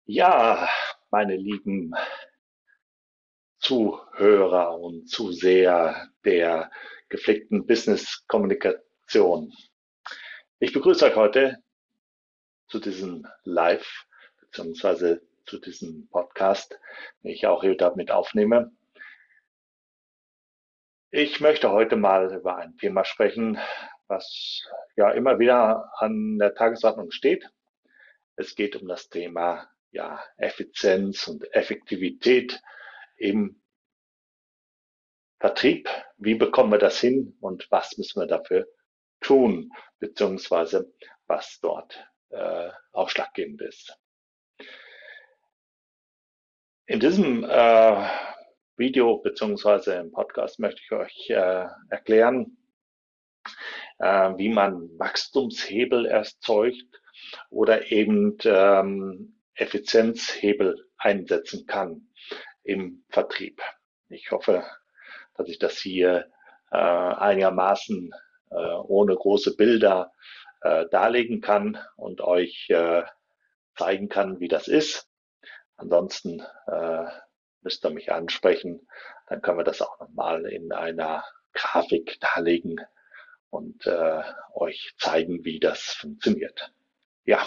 Ja, meine lieben Zuhörer und Zuseher der gepflegten Business-Kommunikation. Ich begrüße euch heute zu diesem Live beziehungsweise zu diesem Podcast, den ich auch hier damit aufnehme. Ich möchte heute mal über ein Thema sprechen, was ja immer wieder an der Tagesordnung steht. Es geht um das Thema Effizienz und Effektivität im Vertrieb, wie bekommen wir das hin und was müssen wir dafür tun, beziehungsweise was dort ausschlaggebend ist. In diesem Video beziehungsweise im Podcast möchte ich euch erklären, wie man Wachstumshebel erzeugt oder eben Effizienzhebel einsetzen kann im Vertrieb. Ich hoffe, dass ich das hier einigermaßen ohne große Bilder darlegen kann und euch zeigen kann, wie das ist. Ansonsten müsst ihr mich ansprechen, dann können wir das auch nochmal in einer Grafik darlegen und euch zeigen, wie das funktioniert. Ja,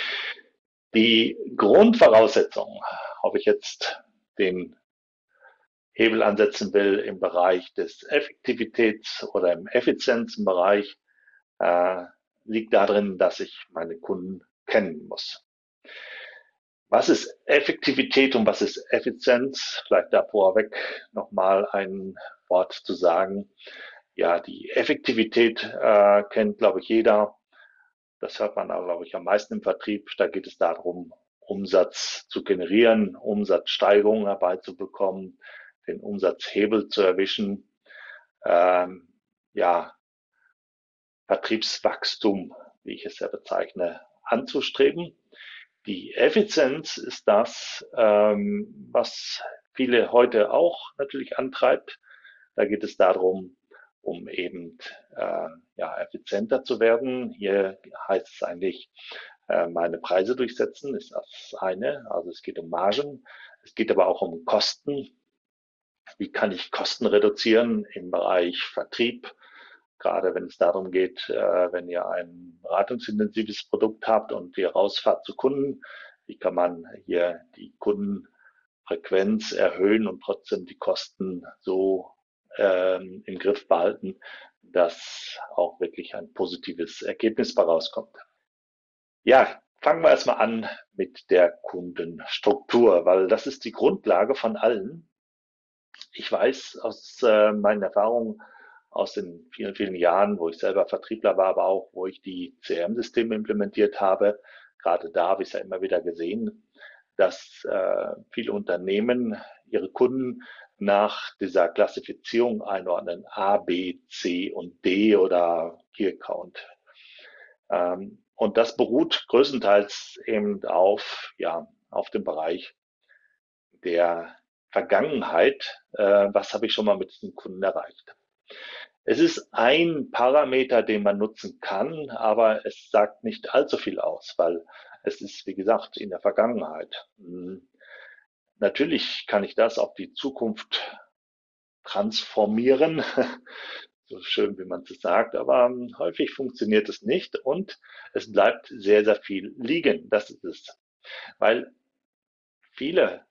die Grundvoraussetzung, ob ich jetzt den Hebel ansetzen will im Bereich des Effektivitäts- oder im Effizienzbereich, äh, liegt darin, dass ich meine Kunden kennen muss. Was ist Effektivität und was ist Effizienz? Vielleicht da vorweg nochmal ein Wort zu sagen. Ja, die Effektivität kennt, glaube ich, jeder. Das hört man, glaube ich, am meisten im Vertrieb. Da geht es darum, Umsatz zu generieren, Umsatzsteigerungen herbeizubekommen, den Umsatzhebel zu erwischen, ähm, ja, Vertriebswachstum, wie ich es ja bezeichne, anzustreben. Die Effizienz ist das, was viele heute auch natürlich antreibt. Da geht es darum, um eben effizienter zu werden. Hier heißt es eigentlich, meine Preise durchsetzen, ist das eine. Also es geht um Margen. Es geht aber auch um Kosten. Wie kann ich Kosten reduzieren im Bereich Vertrieb? Gerade wenn es darum geht, wenn ihr ein beratungsintensives Produkt habt und ihr rausfahrt zu Kunden, wie kann man hier die Kundenfrequenz erhöhen und trotzdem die Kosten so im Griff behalten, dass auch wirklich ein positives Ergebnis herauskommt. Ja, fangen wir erstmal an mit der Kundenstruktur, weil das ist die Grundlage von allen. Ich weiß aus meinen Erfahrungen aus den vielen, vielen Jahren, wo ich selber Vertriebler war, aber auch, wo ich die CRM-Systeme implementiert habe, gerade da habe ich es ja immer wieder gesehen, dass viele Unternehmen ihre Kunden nach dieser Klassifizierung einordnen, A, B, C und D oder Key Account. Und das beruht größtenteils eben auf dem Bereich der Vergangenheit, was habe ich schon mal mit diesem Kunden erreicht. Es ist ein Parameter, den man nutzen kann, aber es sagt nicht allzu viel aus, weil es ist, wie gesagt, in der Vergangenheit. Natürlich kann ich das auf die Zukunft transformieren, so schön wie man es sagt, aber häufig funktioniert es nicht und es bleibt sehr, sehr viel liegen. Das ist es, weil viele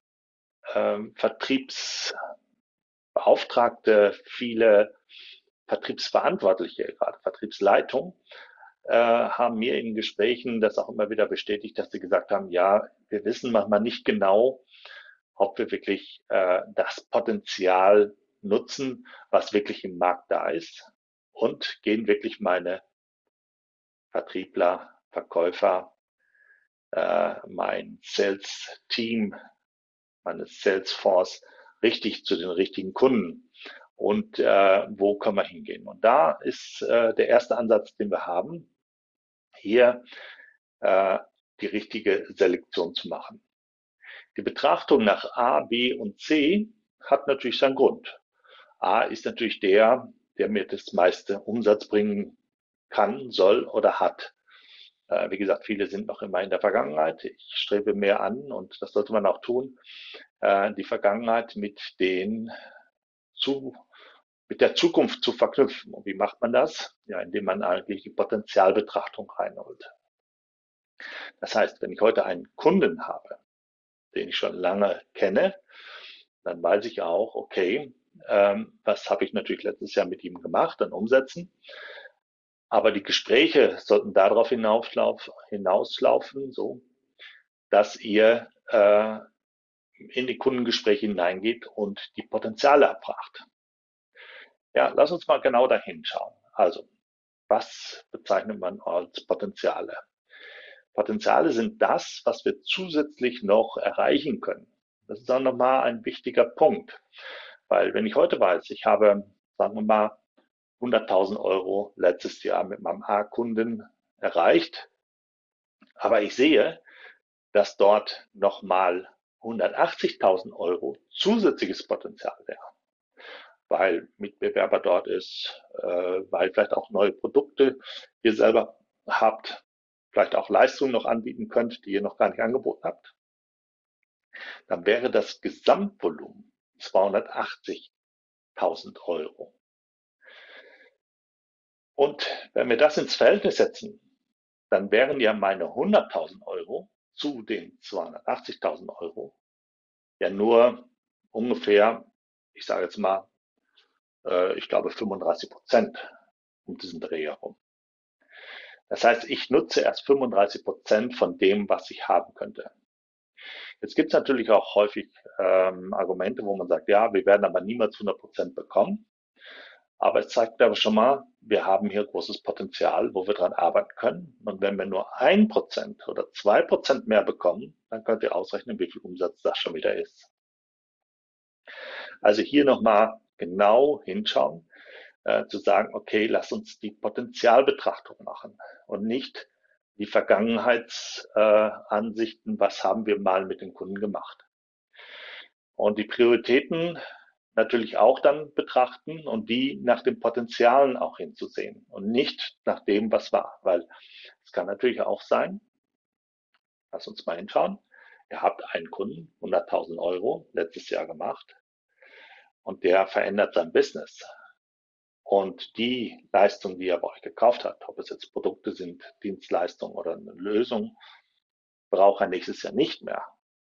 Vertriebsbeauftragte, viele Vertriebsverantwortliche, gerade Vertriebsleitung, haben mir in Gesprächen das auch immer wieder bestätigt, dass sie gesagt haben, ja, wir wissen manchmal nicht genau, ob wir wirklich das Potenzial nutzen, was wirklich im Markt da ist und gehen wirklich meine Vertriebler, Verkäufer, mein Sales-Team, meine Salesforce richtig zu den richtigen Kunden und wo können wir hingehen. Und da ist der erste Ansatz, den wir haben, hier äh, die richtige Selektion zu machen. Die Betrachtung nach A, B und C hat natürlich seinen Grund. A ist natürlich der mir das meiste Umsatz bringen kann, soll oder hat. Wie gesagt, viele sind noch immer in der Vergangenheit. Ich strebe mehr an und das sollte man auch tun, die Vergangenheit zu, mit der Zukunft zu verknüpfen. Und wie macht man das? Ja, indem man eigentlich die Potenzialbetrachtung reinholt. Das heißt, wenn ich heute einen Kunden habe, den ich schon lange kenne, dann weiß ich auch, okay, was habe ich natürlich letztes Jahr mit ihm gemacht, dann umsetzen. Aber die Gespräche sollten darauf hinauslaufen, so, dass ihr in die Kundengespräche hineingeht und die Potenziale abfragt. Ja, lass uns mal genau dahin schauen. Also, was bezeichnet man als Potenziale? Potenziale sind das, was wir zusätzlich noch erreichen können. Das ist auch nochmal ein wichtiger Punkt, weil wenn ich heute weiß, ich habe, sagen wir mal, 100.000 Euro letztes Jahr mit meinem A-Kunden erreicht, aber ich sehe, dass dort nochmal 180.000 Euro zusätzliches Potenzial wäre, weil Mitbewerber dort ist, weil vielleicht auch neue Produkte ihr selber habt, vielleicht auch Leistungen noch anbieten könnt, die ihr noch gar nicht angeboten habt, dann wäre das Gesamtvolumen 280.000 Euro. Und wenn wir das ins Verhältnis setzen, dann wären ja meine 100.000 Euro zu den 280.000 Euro ja nur ungefähr, ich sage jetzt mal, ich glaube 35% um diesen Dreh herum. Das heißt, ich nutze erst 35% von dem, was ich haben könnte. Jetzt gibt es natürlich auch häufig Argumente, wo man sagt, ja, wir werden aber niemals 100% bekommen. Aber es zeigt aber schon mal, wir haben hier großes Potenzial, wo wir dran arbeiten können. Und wenn wir nur 1% oder 2% mehr bekommen, dann könnt ihr ausrechnen, wie viel Umsatz das schon wieder ist. Also hier nochmal genau hinschauen, zu sagen, okay, lass uns die Potenzialbetrachtung machen und nicht die Vergangenheitsansichten, was haben wir mal mit den Kunden gemacht. Und die Prioritäten natürlich auch dann betrachten und die nach den Potenzialen auch hinzusehen und nicht nach dem, was war. Weil es kann natürlich auch sein, lass uns mal hinschauen, ihr habt einen Kunden, 100.000 Euro letztes Jahr gemacht und der verändert sein Business. Und die Leistung, die er bei euch gekauft hat, ob es jetzt Produkte sind, Dienstleistungen oder eine Lösung, braucht er nächstes Jahr nicht mehr,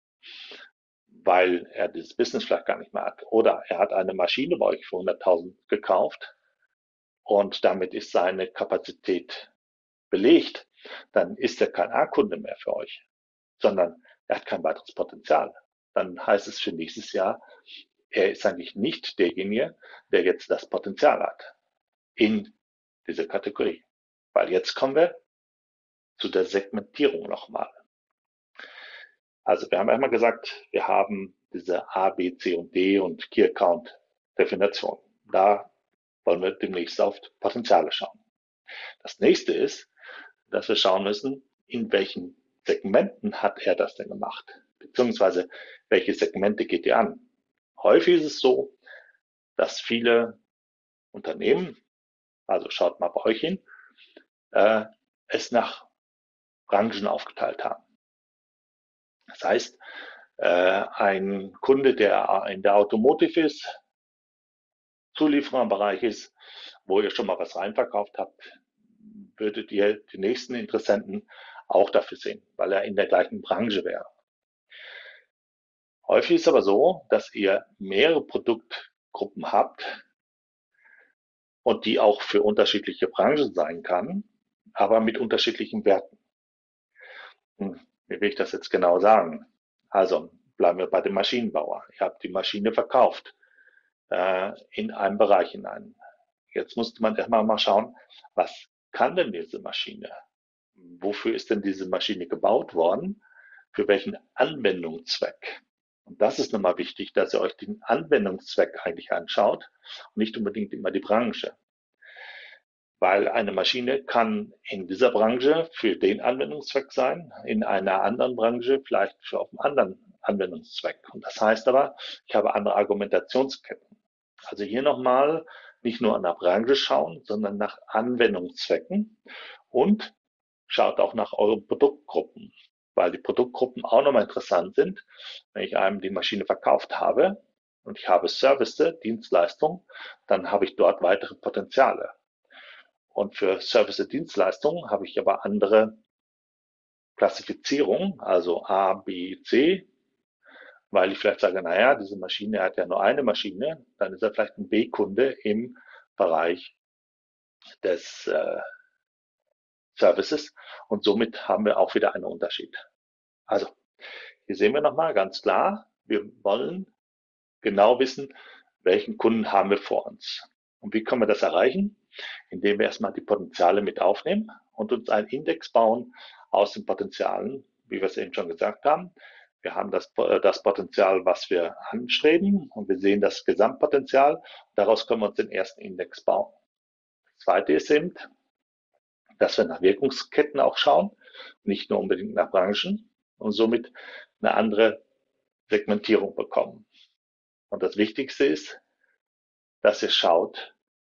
weil er dieses Business vielleicht gar nicht mehr hat. Oder er hat eine Maschine bei euch für 100.000 gekauft und damit ist seine Kapazität belegt. Dann ist er kein A-Kunde mehr für euch, sondern er hat kein weiteres Potenzial. Dann heißt es für nächstes Jahr, er ist eigentlich nicht derjenige, der jetzt das Potenzial hat in dieser Kategorie. Weil jetzt kommen wir zu der Segmentierung nochmal. Also wir haben einmal gesagt, wir haben diese A, B, C und D und Key Account Definition. Da wollen wir demnächst auf Potenziale schauen. Das nächste ist, dass wir schauen müssen, in welchen Segmenten hat er das denn gemacht? Beziehungsweise, welche Segmente geht er an? Häufig ist es so, dass viele Unternehmen, also schaut mal bei euch hin, es nach Branchen aufgeteilt haben. Das heißt, ein Kunde, der in der Automotive ist, Zuliefererbereich ist, wo ihr schon mal was reinverkauft habt, würdet ihr die nächsten Interessenten auch dafür sehen, weil er in der gleichen Branche wäre. Häufig ist es aber so, dass ihr mehrere Produktgruppen habt und die auch für unterschiedliche Branchen sein kann, aber mit unterschiedlichen Werten. Wie will ich das jetzt genau sagen? Also bleiben wir bei dem Maschinenbauer. Ihr habt die Maschine verkauft in einen Bereich hinein. Jetzt musste man erstmal mal schauen, was kann denn diese Maschine? Wofür ist denn diese Maschine gebaut worden? Für welchen Anwendungszweck? Und das ist nochmal wichtig, dass ihr euch den Anwendungszweck eigentlich anschaut und nicht unbedingt immer die Branche. Weil eine Maschine kann in dieser Branche für den Anwendungszweck sein, in einer anderen Branche vielleicht für auf einen anderen Anwendungszweck. Und das heißt aber, ich habe andere Argumentationsketten. Also hier nochmal nicht nur an der Branche schauen, sondern nach Anwendungszwecken und schaut auch nach euren Produktgruppen, weil die Produktgruppen auch nochmal interessant sind. Wenn ich einem die Maschine verkauft habe und ich habe Service, Dienstleistung, dann habe ich dort weitere Potenziale. Und für Service, Dienstleistungen habe ich aber andere Klassifizierung, also A, B, C, weil ich vielleicht sage, naja, diese Maschine hat ja nur eine Maschine, dann ist er vielleicht ein B-Kunde im Bereich des Services und somit haben wir auch wieder einen Unterschied. Also, hier sehen wir nochmal ganz klar, wir wollen genau wissen, welchen Kunden haben wir vor uns. Und wie können wir das erreichen? Indem wir erstmal die Potenziale mit aufnehmen und uns einen Index bauen aus den Potenzialen, wie wir es eben schon gesagt haben. Wir haben das Potenzial, was wir anstreben und wir sehen das Gesamtpotenzial. Daraus können wir uns den ersten Index bauen. Das zweite ist eben, dass wir nach Wirkungsketten auch schauen, nicht nur unbedingt nach Branchen und somit eine andere Segmentierung bekommen. Und das Wichtigste ist, dass ihr schaut,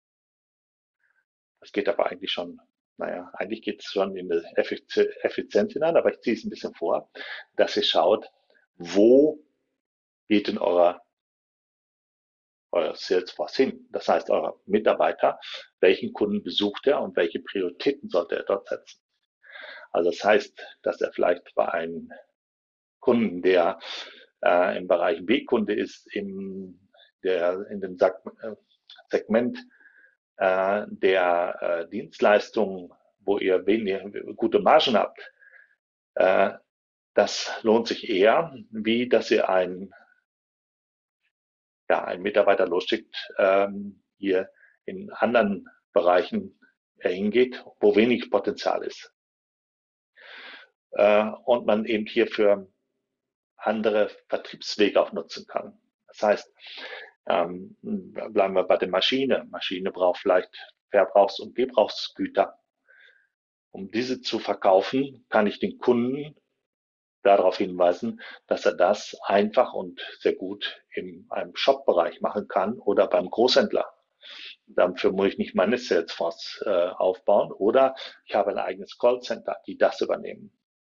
das geht aber eigentlich schon, naja, eigentlich geht es schon in die Effizienz hinein, aber ich ziehe es ein bisschen vor, dass ihr schaut, wo geht denn euer Salesforce hin? Das heißt, euer Mitarbeiter, welchen Kunden besucht er und welche Prioritäten sollte er dort setzen? Also das heißt, dass er vielleicht bei einem Kunden, der im Bereich B-Kunde ist, in dem Segment der Dienstleistungen, wo ihr gute Margen habt, das lohnt sich eher, wie dass ihr einen Mitarbeiter losschickt, hier in anderen Bereichen hingeht, wo wenig Potenzial ist. Und man eben hierfür andere Vertriebswege auch nutzen kann. Das heißt, bleiben wir bei der Maschine. Maschine braucht vielleicht Verbrauchs- und Gebrauchsgüter. Um diese zu verkaufen, kann ich den Kunden darauf hinweisen, dass er das einfach und sehr gut in einem Shop-Bereich machen kann oder beim Großhändler. Dafür muss ich nicht meine Salesforce aufbauen oder ich habe ein eigenes Callcenter, die das übernehmen,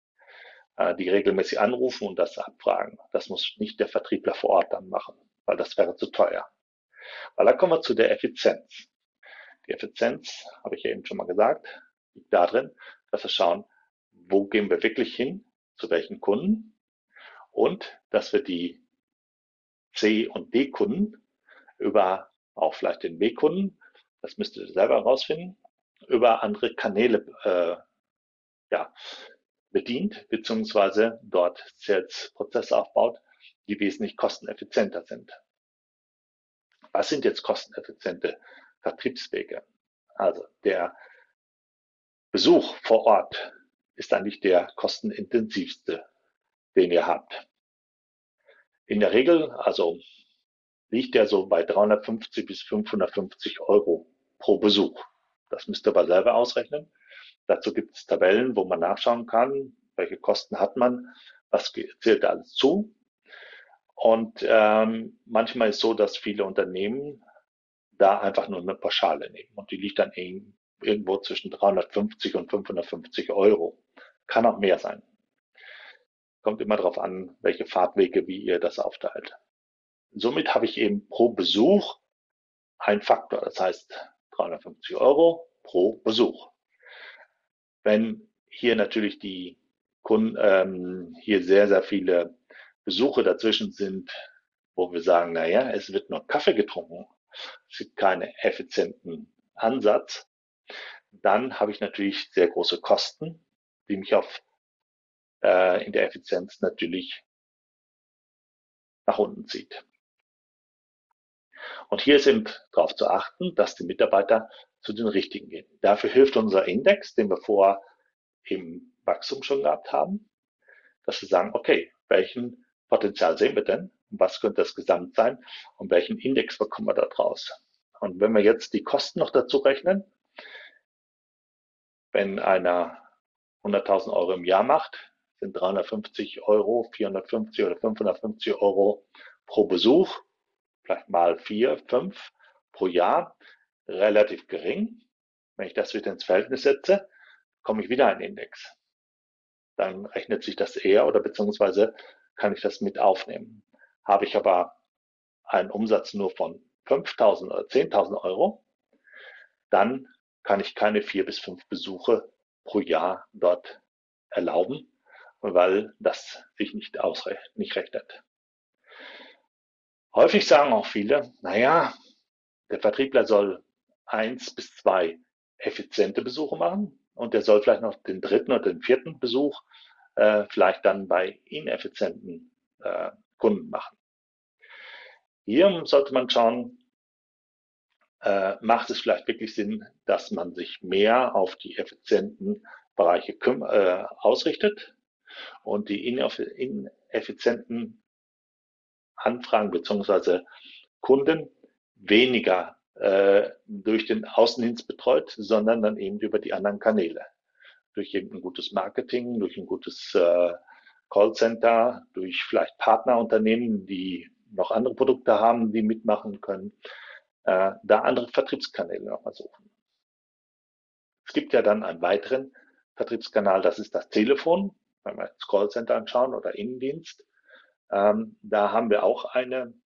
die regelmäßig anrufen und das abfragen. Das muss nicht der Vertriebler vor Ort dann machen, weil das wäre zu teuer. Weil dann kommen wir zu der Effizienz. Die Effizienz, habe ich ja eben schon mal gesagt, liegt darin, dass wir schauen, wo gehen wir wirklich hin, zu welchen Kunden und dass wir die C- und D-Kunden über auch vielleicht den B-Kunden, das müsst ihr selber herausfinden, über andere Kanäle ja, bedient, beziehungsweise dort Sales-Prozesse aufbaut, die wesentlich kosteneffizienter sind. Was sind jetzt kosteneffiziente Vertriebswege? Also der Besuch vor Ort ist eigentlich der kostenintensivste, den ihr habt. In der Regel, also liegt der so bei 350 bis 550 Euro pro Besuch. Das müsst ihr aber selber ausrechnen. Dazu gibt es Tabellen, wo man nachschauen kann, welche Kosten hat man, was zählt da alles zu. Und manchmal ist es so, dass viele Unternehmen da einfach nur eine Pauschale nehmen und die liegt dann irgendwo zwischen 350 und 550 Euro. Kann auch mehr sein. Kommt immer darauf an, welche Fahrtwege, wie ihr das aufteilt. Somit habe ich eben pro Besuch einen Faktor, das heißt 350 Euro pro Besuch. Wenn hier natürlich die Kunden, hier sehr, sehr viele Besuche dazwischen sind, wo wir sagen, naja, es wird nur Kaffee getrunken, es gibt keinen effizienten Ansatz, dann habe ich natürlich sehr große Kosten, die mich in der Effizienz natürlich nach unten zieht. Und hier ist eben darauf zu achten, dass die Mitarbeiter zu den richtigen gehen. Dafür hilft unser Index, den wir vorher im Wachstum schon gehabt haben, dass wir sagen, okay, welchen Potenzial sehen wir denn? Was könnte das Gesamt sein? Und welchen Index bekommen wir da draus? Und wenn wir jetzt die Kosten noch dazu rechnen, wenn einer 100.000 Euro im Jahr macht, sind 350 Euro, 450 oder 550 Euro pro Besuch, vielleicht mal 4, 5 pro Jahr, relativ gering. Wenn ich das wieder ins Verhältnis setze, komme ich wieder in den Index. Dann rechnet sich das eher oder beziehungsweise kann ich das mit aufnehmen. Habe ich aber einen Umsatz nur von 5.000 oder 10.000 Euro, dann kann ich keine 4 bis 5 Besuche pro Jahr dort erlauben, weil das sich nicht rechnet. Häufig sagen auch viele, naja, der Vertriebler soll 1 bis 2 effiziente Besuche machen und der soll vielleicht noch den dritten oder den vierten Besuch vielleicht dann bei ineffizienten Kunden machen. Hier sollte man schauen, macht es vielleicht wirklich Sinn, dass man sich mehr auf die effizienten Bereiche ausrichtet und die ineffizienten Anfragen bzw. Kunden weniger durch den Außendienst betreut, sondern dann eben über die anderen Kanäle. Durch eben ein gutes Marketing, durch ein gutes Callcenter, durch vielleicht Partnerunternehmen, die noch andere Produkte haben, die mitmachen können, da andere Vertriebskanäle nochmal suchen. Es gibt ja dann einen weiteren Vertriebskanal, das ist das Telefon, wenn wir das Callcenter anschauen oder Innendienst. Da haben wir auch einen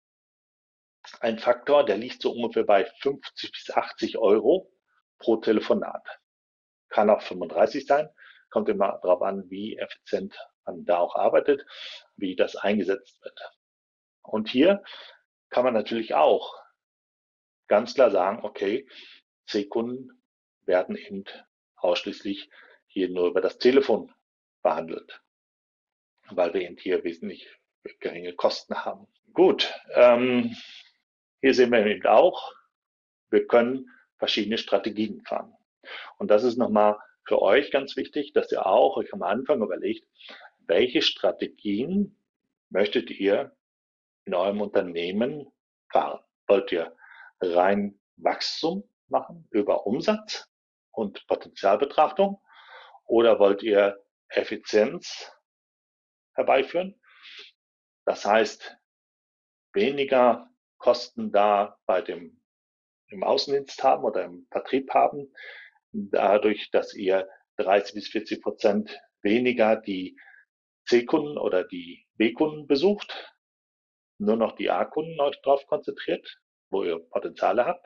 Faktor, der liegt so ungefähr bei 50 bis 80 Euro pro Telefonat. Kann auch 35 sein, kommt immer darauf an, wie effizient man da auch arbeitet, wie das eingesetzt wird. Und hier kann man natürlich auch ganz klar sagen, okay, C-Kunden werden eben ausschließlich hier nur über das Telefon behandelt, weil wir eben hier wesentlich geringe Kosten haben. Gut, hier sehen wir eben auch, wir können verschiedene Strategien fahren. Und das ist nochmal für euch ganz wichtig, dass ihr auch euch am Anfang überlegt, welche Strategien möchtet ihr in eurem Unternehmen fahren? Wollt ihr rein Wachstum machen über Umsatz und Potenzialbetrachtung oder wollt ihr Effizienz herbeiführen? Das heißt, weniger Kosten da im Außendienst haben oder im Vertrieb haben, dadurch, dass ihr 30 bis 40% weniger die C-Kunden oder die B-Kunden besucht, nur noch die A-Kunden euch drauf konzentriert, wo ihr Potenziale habt?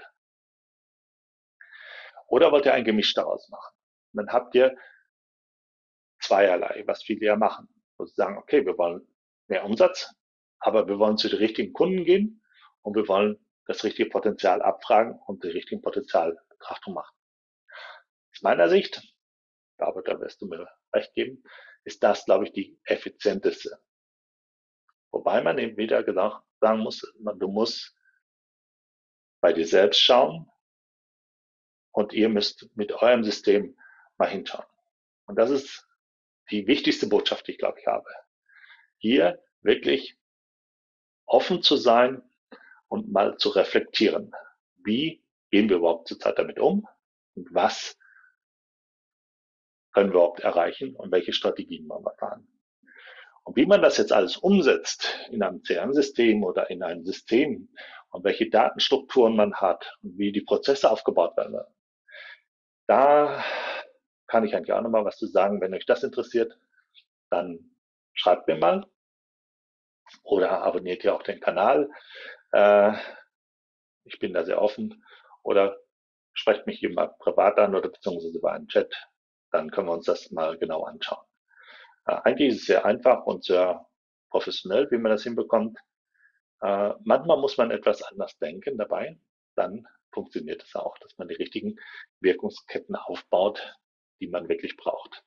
Oder wollt ihr ein Gemisch daraus machen? Und dann habt ihr zweierlei, was viele ja machen. Wo sie sagen, okay, wir wollen mehr Umsatz, aber wir wollen zu den richtigen Kunden gehen und wir wollen das richtige Potenzial abfragen und die richtigen Potenzialbetrachtung machen. Aus meiner Sicht, aber da wirst du mir recht geben, ist das, glaube ich, die effizienteste. Wobei man eben wieder sagen muss, du musst bei dir selbst schauen und ihr müsst mit eurem System mal hinschauen. Und das ist die wichtigste Botschaft, die ich glaube ich habe. Hier wirklich offen zu sein und mal zu reflektieren. Wie gehen wir überhaupt zurzeit damit um und was können wir überhaupt erreichen und welche Strategien wollen wir fahren? Und wie man das jetzt alles umsetzt in einem CRM-System oder in einem System und welche Datenstrukturen man hat und wie die Prozesse aufgebaut werden, da kann ich eigentlich auch nochmal was zu sagen. Wenn euch das interessiert, dann schreibt mir mal oder abonniert ihr auch den Kanal. Äh, Ich bin da sehr offen oder sprecht mich jemand privat an oder beziehungsweise über einen Chat. Dann können wir uns das mal genau anschauen. Eigentlich ist es sehr einfach und sehr professionell, wie man das hinbekommt. Manchmal muss man etwas anders denken dabei. Dann funktioniert es auch, dass man die richtigen Wirkungsketten aufbaut, die man wirklich braucht.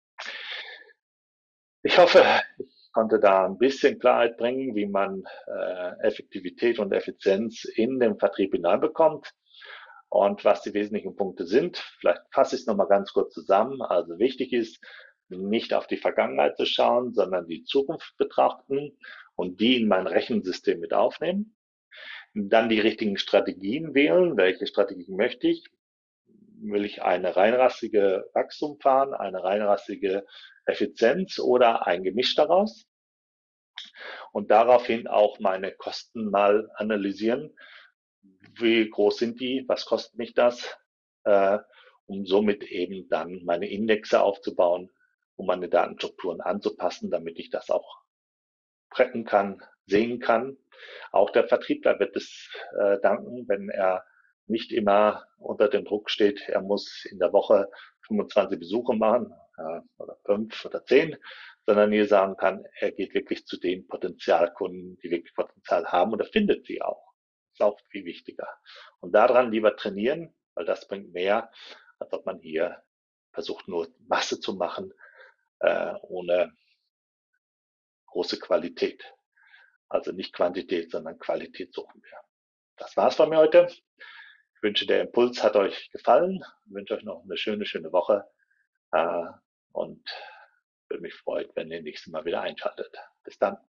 Ich hoffe, ich konnte da ein bisschen Klarheit bringen, wie man Effektivität und Effizienz in den Vertrieb hineinbekommt und was die wesentlichen Punkte sind. Vielleicht fasse ich es nochmal ganz kurz zusammen. Also wichtig ist, nicht auf die Vergangenheit zu schauen, sondern die Zukunft betrachten und die in mein Rechensystem mit aufnehmen. Dann die richtigen Strategien wählen. Welche Strategien möchte ich? Will ich eine reinrassige Wachstum fahren, eine reinrassige Effizienz oder ein Gemisch daraus? Und daraufhin auch meine Kosten mal analysieren. Wie groß sind die? Was kostet mich das? um somit eben dann meine Indexe aufzubauen, um meine Datenstrukturen anzupassen, damit ich das auch tracken kann, sehen kann. Auch der Vertriebler wird es danken, wenn er nicht immer unter dem Druck steht, er muss in der Woche 25 Besuche machen, oder 5 oder 10, sondern hier sagen kann, er geht wirklich zu den Potenzialkunden, die wirklich Potenzial haben, und er findet sie auch. Das ist auch viel wichtiger. Und daran lieber trainieren, weil das bringt mehr, als ob man hier versucht, nur Masse zu machen, ohne große Qualität. Also nicht Quantität, sondern Qualität suchen wir. Das war's von mir heute. Ich wünsche, der Impuls hat euch gefallen. Ich wünsche euch noch eine schöne Woche, und würde mich freuen, wenn ihr nächstes Mal wieder einschaltet. Bis dann.